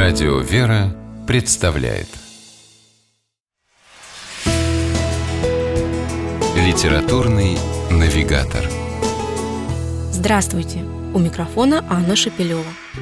Радио «Вера» представляет Литературный навигатор. Здравствуйте! У микрофона Анна Шепелева.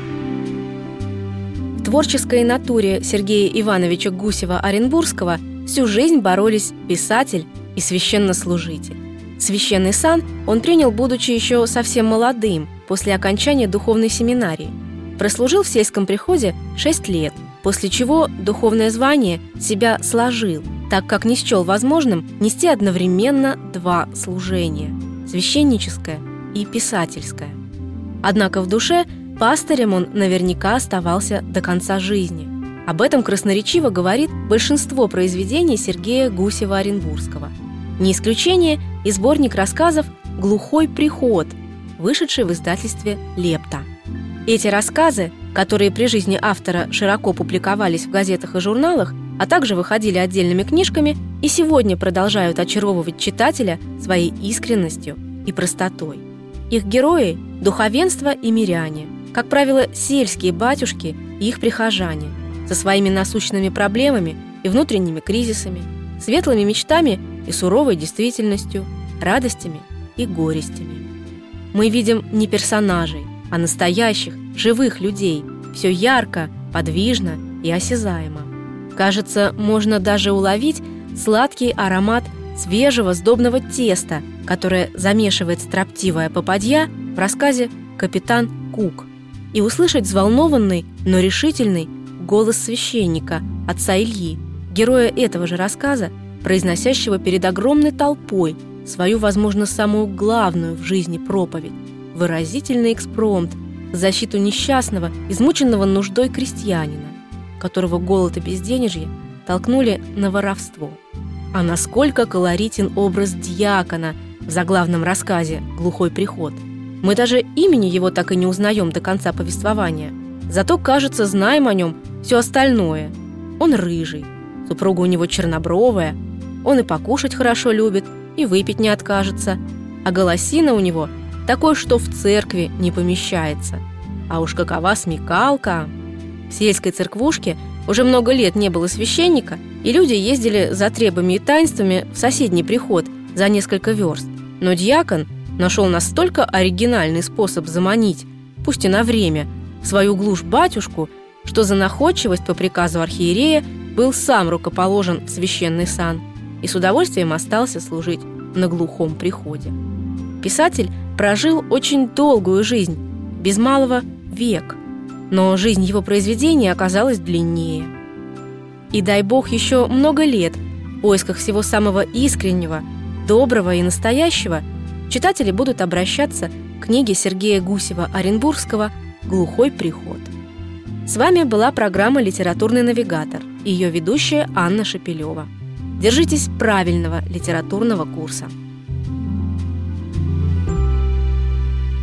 В творческой натуре Сергея Ивановича Гусева-Оренбургского всю жизнь боролись писатель и священнослужитель. Священный сан он принял, будучи еще совсем молодым, после окончания духовной семинарии. Прослужил в сельском приходе 6 лет, после чего духовное звание себя сложил, так как не счел возможным нести одновременно 2 служения – священническое и писательское. Однако в душе пастырем он наверняка оставался до конца жизни. Об этом красноречиво говорит большинство произведений Сергея Гусева-Оренбургского. Не исключение и сборник рассказов «Глухой приход», вышедший в издательстве «Лепта». Эти рассказы, которые при жизни автора широко публиковались в газетах и журналах, а также выходили отдельными книжками, и сегодня продолжают очаровывать читателя своей искренностью и простотой. Их герои – духовенство и миряне, как правило, сельские батюшки и их прихожане, со своими насущными проблемами и внутренними кризисами, светлыми мечтами и суровой действительностью, радостями и горестями. Мы видим не персонажей, а настоящих, живых людей, все ярко, подвижно и осязаемо. Кажется, можно даже уловить сладкий аромат свежего сдобного теста, которое замешивает строптивая попадья в рассказе «Капитан Кук», и услышать взволнованный, но решительный голос священника, отца Ильи, героя этого же рассказа, произносящего перед огромной толпой свою, возможно, самую главную в жизни проповедь, выразительный экспромт в защиту несчастного, измученного нуждой крестьянина, которого голод и безденежье толкнули на воровство. А насколько колоритен образ дьякона в заглавном рассказе «Глухой приход». Мы даже имени его так и не узнаем до конца повествования. Зато, кажется, знаем о нем все остальное. Он рыжий, супруга у него чернобровая, он и покушать хорошо любит, и выпить не откажется, а голосина у него такой, что в церкви не помещается. А уж какова смекалка! В сельской церквушке уже много лет не было священника, и люди ездили за требами и таинствами в соседний приход за несколько верст. Но дьякон нашел настолько оригинальный способ заманить, пусть и на время, в свою глушь батюшку, что за находчивость по приказу архиерея был сам рукоположен в священный сан и с удовольствием остался служить на глухом приходе. Писатель прожил очень долгую жизнь, без малого век, но жизнь его произведения оказалась длиннее. И дай Бог еще много лет в поисках всего самого искреннего, доброго и настоящего читатели будут обращаться к книге Сергея Гусева-Оренбургского «Глухой приход». С вами была программа «Литературный навигатор» и ее ведущая Анна Шепелева. Держитесь правильного литературного курса.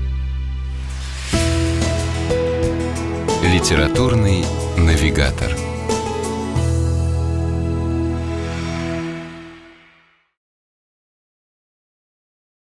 Литературный навигатор.